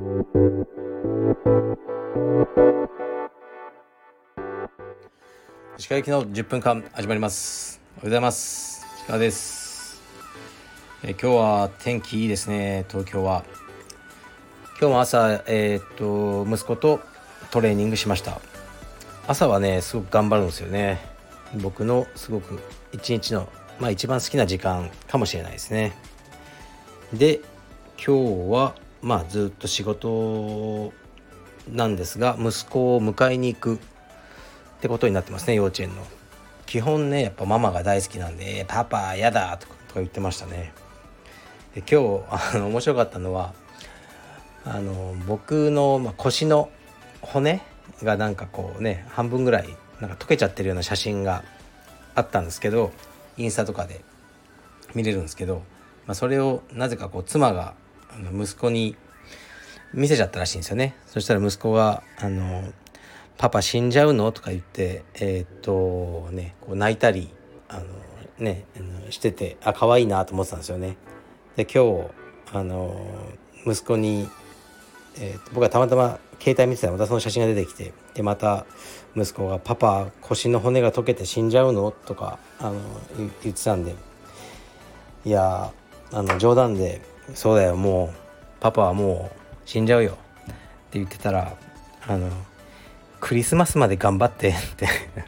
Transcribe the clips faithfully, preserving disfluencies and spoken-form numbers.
石川行きのじゅっぷんかん始まります。おはようございます。石川です。え今日は天気いいですね。東京は今日も朝、えー、っと息子とトレーニングしました。朝はねすごく頑張るんですよね。僕のすごく一日の、まあ、一番好きな時間かもしれないですね。で今日はまあずっと仕事なんですが、息子を迎えに行くってことになってますね。幼稚園の基本ね、やっぱママが大好きなんでパパやだとかとか言ってましたね。で今日あの面白かったのはあの僕の、まあ、腰の骨がなんかこうね半分ぐらいなんか溶けちゃってるような写真があったんですけど、インスタとかで見れるんですけど、まあ、それをなぜかこう妻があの息子に見せちゃったらしいんですよね。そしたら息子があのパパ死んじゃうのとか言ってえー、っとねこう泣いたりあのねしてて、あ可愛いなと思ってたんですよね。で今日あの息子に、えー、っと僕はたまたま携帯見てたらまたその写真が出てきて、でまた息子がパパ腰の骨が溶けて死んじゃうのとかあの言ってたんで、いやあの冗談でそうだよもうパパはもう死んじゃうよって言ってたら、あのクリスマスまで頑張ってって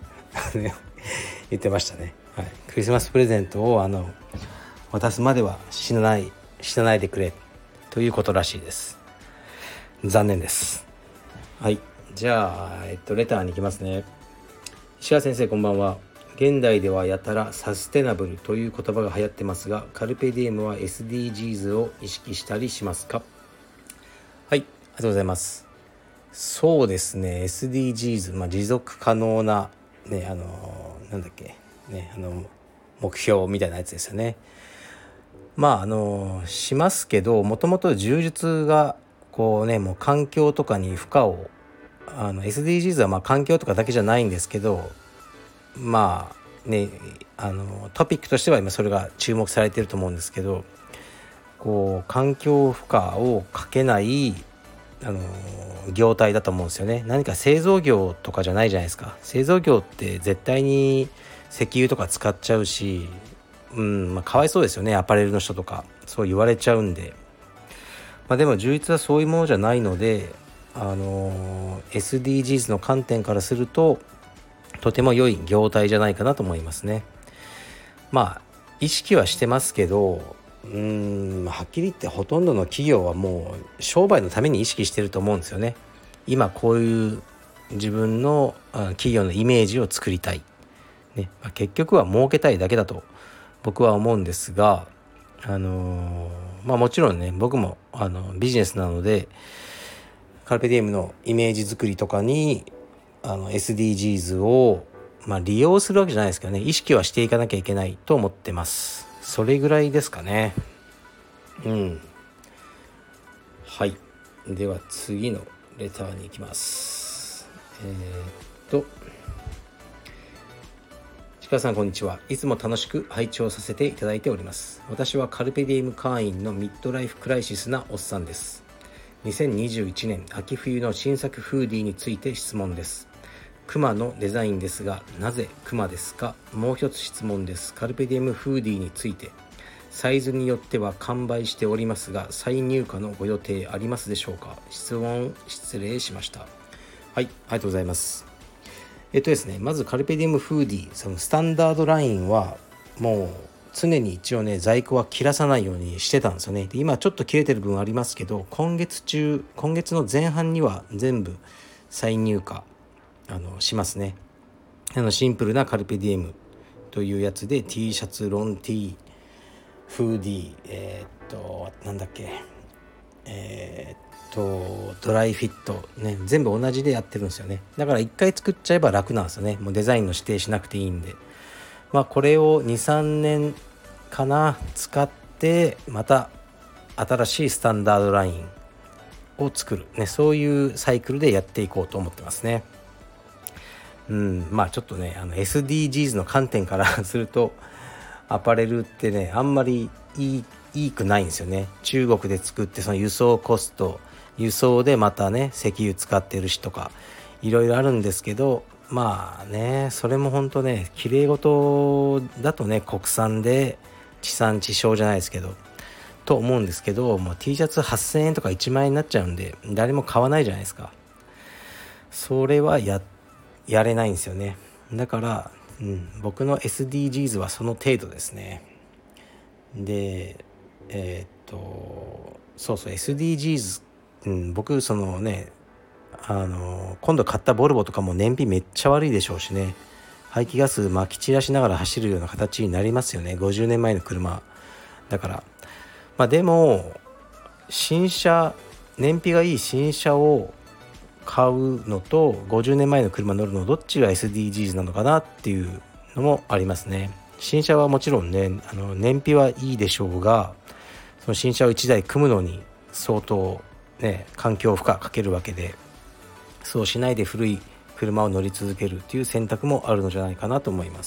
言ってましたね、はい、クリスマスプレゼントをあの渡すまでは死なない死なないでくれということらしいです。残念です。はい、じゃあ、えっと、レターに行きますね。石川先生こんばんは。現代ではやたらサステナブルという言葉が流行ってますが、カルペディエムは エスディージーズ を意識したりしますか？はい、ありがとうございます。そうですね エスディージーズ、まあ、持続可能なねあのなんだっけねあの目標みたいなやつですよね。まああのしますけど、もともと柔術がこうねもう環境とかに負荷をあの エスディージーズ はまあ環境とかだけじゃないんですけど、まあねあのトピックとしては今それが注目されていると思うんですけど、こう環境負荷をかけないあの業態だと思うんですよね。何か製造業とかじゃないじゃないですか。製造業って絶対に石油とか使っちゃうし、うんまあ、かわいそうですよね。アパレルの人とかそう言われちゃうんで、まあ、でも充実はそういうものじゃないので、あの エスディージーズ の観点からするととても良い業態じゃないかなと思いますね。まあ意識はしてますけど、うーんはっきり言ってほとんどの企業はもう商売のために意識してると思うんですよね。今こういう自分の企業のイメージを作りたい、ねまあ、結局は儲けたいだけだと僕は思うんですが、あのー、まあもちろんね僕もあのビジネスなのでカルペディエムのイメージ作りとかにあの エスディージーズ を、まあ、利用するわけじゃないですけどね、意識はしていかなきゃいけないと思ってます。それぐらいですかね。うんはいでは次のレターに行きます。えー、っと鹿さんこんにちは。いつも楽しく拝聴させていただいております。私はカルペディエム会員のミッドライフクライシスなおっさんです。にせんにじゅういちねん秋冬の新作フーディーについて質問です。クマのデザインですが、なぜクマですか？もう一つ質問です。カルペディエムフーディーについて、サイズによっては完売しておりますが、再入荷のご予定ありますでしょうか？質問失礼しました。はい、ありがとうございます。えっとですね、まずカルペディエムフーディー、そのスタンダードラインはもう常に一応ね在庫は切らさないようにしてたんですよね。で今ちょっと切れてる分ありますけど、今月中今月の前半には全部再入荷あのしますね。あのシンプルなカルペディエムというやつで T シャツ、ロン T、フーディー、えー、っとなんだっけえー、っとドライフィットね、全部同じでやってるんですよね。だから一回作っちゃえば楽なんですよね。もうデザインの指定しなくていいんで、まあこれを にさんねんかな使ってまた新しいスタンダードラインを作るね、そういうサイクルでやっていこうと思ってますね。うん、まあちょっとねあの エスディージーズ の観点からするとアパレルってねあんまりいいいいくないんですよね。中国で作ってその輸送コスト輸送でまたね石油使ってるしとかいろいろあるんですけど、まあねそれも本当ね綺麗事だとね国産で地産地消じゃないですけどと思うんですけど、もう T シャツはっせんえんとかいちまん円になっちゃうんで誰も買わないじゃないですか。それはややれないんですよね。だから、うん、僕の エスディージーズ はその程度ですね。でえー、っとそうそう エスディージーズ、うん、僕そのねあの今度買ったボルボとかも燃費めっちゃ悪いでしょうしね、排気ガス撒き散らしながら走るような形になりますよね、ごじゅうねんまえの車だから。まあでも新車、燃費がいい新車を買うのとごじゅうねんまえの車乗るのどっちが エスディージーズ なのかなっていうのもありますね。新車はもちろんねあの燃費はいいでしょうが、その新車をいちだい組むのに相当ね環境負荷かけるわけで、そうしないで古い車を乗り続けるっていう選択もあるのじゃないかなと思います。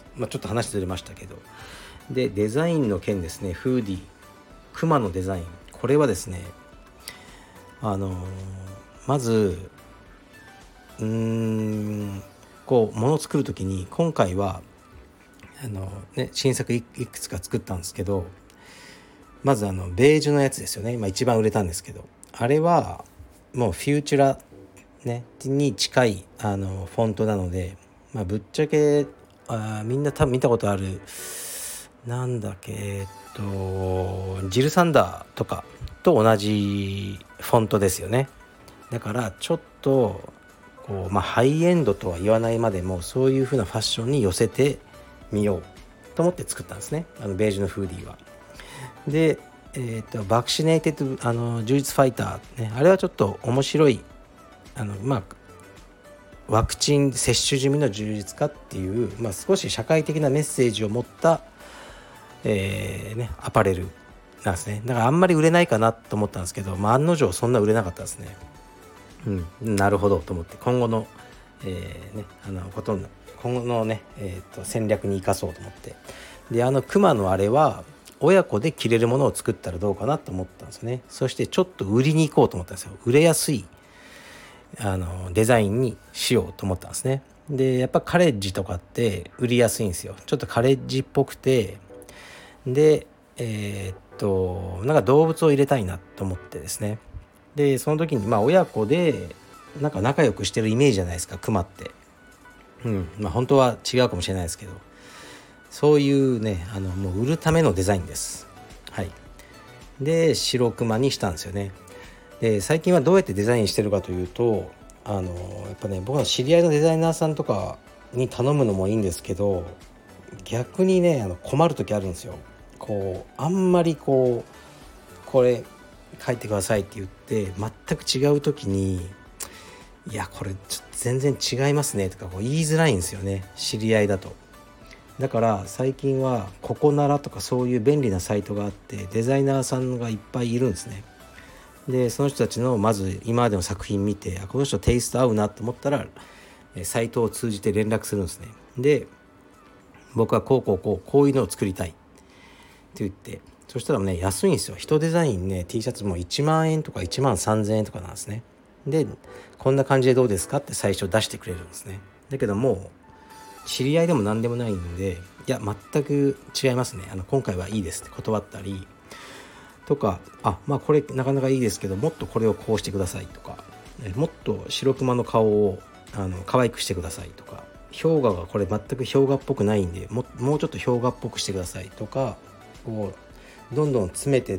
まあ、ちょっと話ずれましたけど、でデザインの件ですね。フーディークマのデザイン、これはですねあのー、まずうーんこう物を作る時に今回はあの、ね、新作いくつか作ったんですけど、まずあのベージュのやつですよね、今一番売れたんですけど、あれはもうフューチュラ、ね、に近いあのフォントなので、まあ、ぶっちゃけあみんな多分見たことあるなんだっけえっとジルサンダーとかと同じフォントですよね。だからちょっとこう、まあ、ハイエンドとは言わないまでもそういう風なファッションに寄せてみようと思って作ったんですね、あのベージュのフーディーは。で、えー、とバクシネイテッドあの充実ファイター、ね、あれはちょっと面白いあの、まあ、ワクチン接種済みの充実化っていう、まあ、少し社会的なメッセージを持った、えーね、アパレルなんですね。だからあんまり売れないかなと思ったんですけど、まあ、案の定そんな売れなかったですね。うん、なるほどと思って今後の、えーね、あのこと今後のね、えー、と戦略に生かそうと思って、であのクマのあれは親子で着れるものを作ったらどうかなと思ったんですよね。そしてちょっと売りに行こうと思ったんですよ。売れやすいあのデザインにしようと思ったんですね。でやっぱカレッジとかって売りやすいんですよ。ちょっとカレッジっぽくて、でえー、っとなんか動物を入れたいなと思ってですね。でその時にまあ親子でなんか仲良くしてるイメージじゃないですか、クマって。うんまあ本当は違うかもしれないですけど、そういうねあのもう売るためのデザインです。はい。で白クマにしたんですよね。で最近はどうやってデザインしてるかというと、あのやっぱね僕の知り合いのデザイナーさんとかに頼むのもいいんですけど、逆にねあの困る時あるんですよ。こうあんまりこうこれ書いてくださいって言って全く違う時に、いやこれちょっと全然違いますねとかこう言いづらいんですよね、知り合いだと。だから最近はココナラとかそういう便利なサイトがあってデザイナーさんがいっぱいいるんですね。でその人たちのまず今までの作品見て、あこの人テイスト合うなと思ったらサイトを通じて連絡するんですね。で僕はこうこうこうこういうのを作りたいって言って、そしたらね安いんですよ。一デザインね T シャツもいちまんえんとかいちまんさんぜんえんとかなんですね。でこんな感じでどうですかって最初出してくれるんですね。だけどもう知り合いでも何でもないんで、いや全く違いますね、あの今回はいいですって断ったりとか、あまあこれなかなかいいですけどもっとこれをこうしてくださいとか、もっと白熊の顔をあの可愛くしてくださいとか、氷河がこれ全く氷河っぽくないんで も, もうちょっと氷河っぽくしてくださいとか、こうどんどん詰めてって、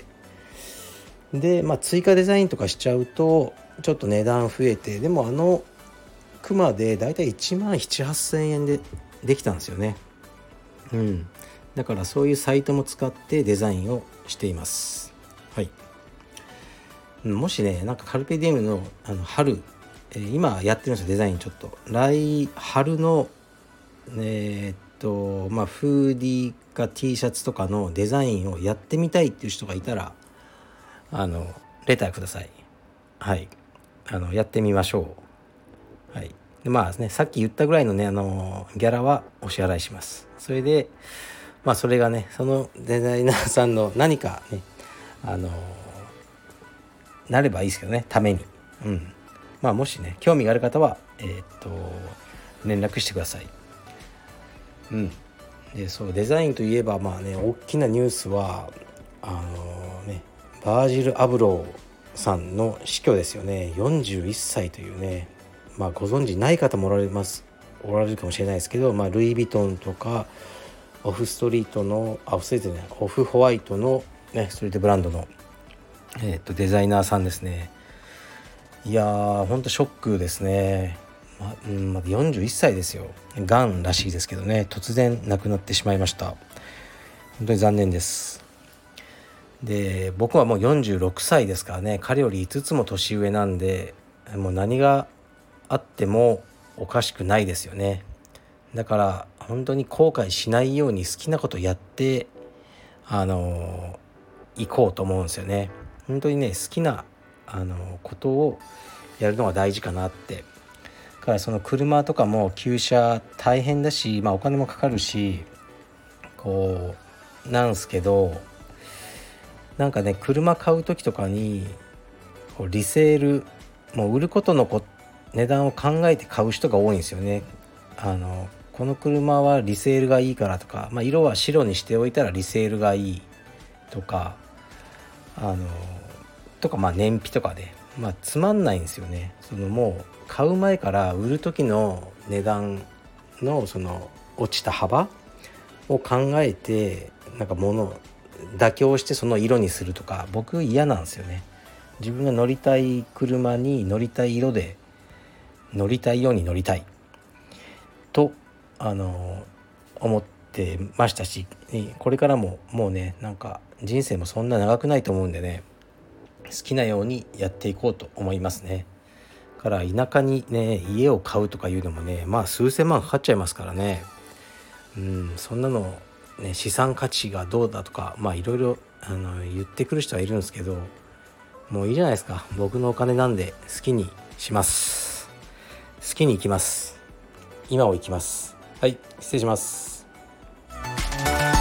で、まあ、追加デザインとかしちゃうとちょっと値段増えて、でもあのクマでだいたいいちまんななせんはっせんえんでできたんですよね。うん、だからそういうサイトも使ってデザインをしています。はい。もしねなんかカルペディエムのあの春、えー、今やってるんですよデザイン。ちょっと来春のえー、っとまあフーディーか T シャツとかのデザインをやってみたいっていう人がいたらあのレターください。はい。あのやってみましょう。はい。でまあねさっき言ったぐらいのねあのギャラはお支払いします。それでまあそれがねそのデザイナーさんの何かねあのなればいいですけどね、ために。うん。まあもしね興味がある方はえー、っと連絡してください。うん。でそうデザインといえばまあね大きなニュースはあのねバージル・アブローさんの死去ですよね。よんじゅういっさいというね、まあご存知ない方もおられますおられるかもしれないですけど、まあ、ルイ・ヴィトンとかオフストリートのあオフストリートじゃないオフホワイトの、ね、ストリートブランドの、えー、とデザイナーさんですね。いやーほんとショックですね。まうん、まだよんじゅういっさいですよ。がんらしいですけどね、突然亡くなってしまいました。本当に残念です。で僕はもうよんじゅうろくさいですからね、彼よりいつつも年上なんで、もう何があってもおかしくないですよね。だから本当に後悔しないように好きなことやってあの行こうと思うんですよね。本当にね好きなあのことをやるのが大事かなって。だからその車とかも旧車大変だし、まあ、お金もかかるしこうなんすけど、なんかね車買う時とかにこうリセールもう売ることのこ値段を考えて買う人が多いんですよね。あのこの車はリセールがいいからとか、まあ、色は白にしておいたらリセールがいいとかあのとかまあ燃費とかで、まあ、つまんないんですよね。そのもう買う前から売る時の値段のその落ちた幅を考えてなんか物を妥協してその色にするとか僕嫌なんですよね。自分が乗りたい車に乗りたい色で乗りたいように乗りたいとあの思ってましたし、これからももうねなんか人生もそんな長くないと思うんでね、好きなようにやっていこうと思いますね。から田舎にね家を買うとかいうのもねまあ数千万かかっちゃいますからね。うんそんなのね資産価値がどうだとかまあいろいろあの言ってくる人はいるんですけど、もういいじゃないですか。僕のお金なんで好きにします。好きに行きます。今を生きます。はい、失礼します。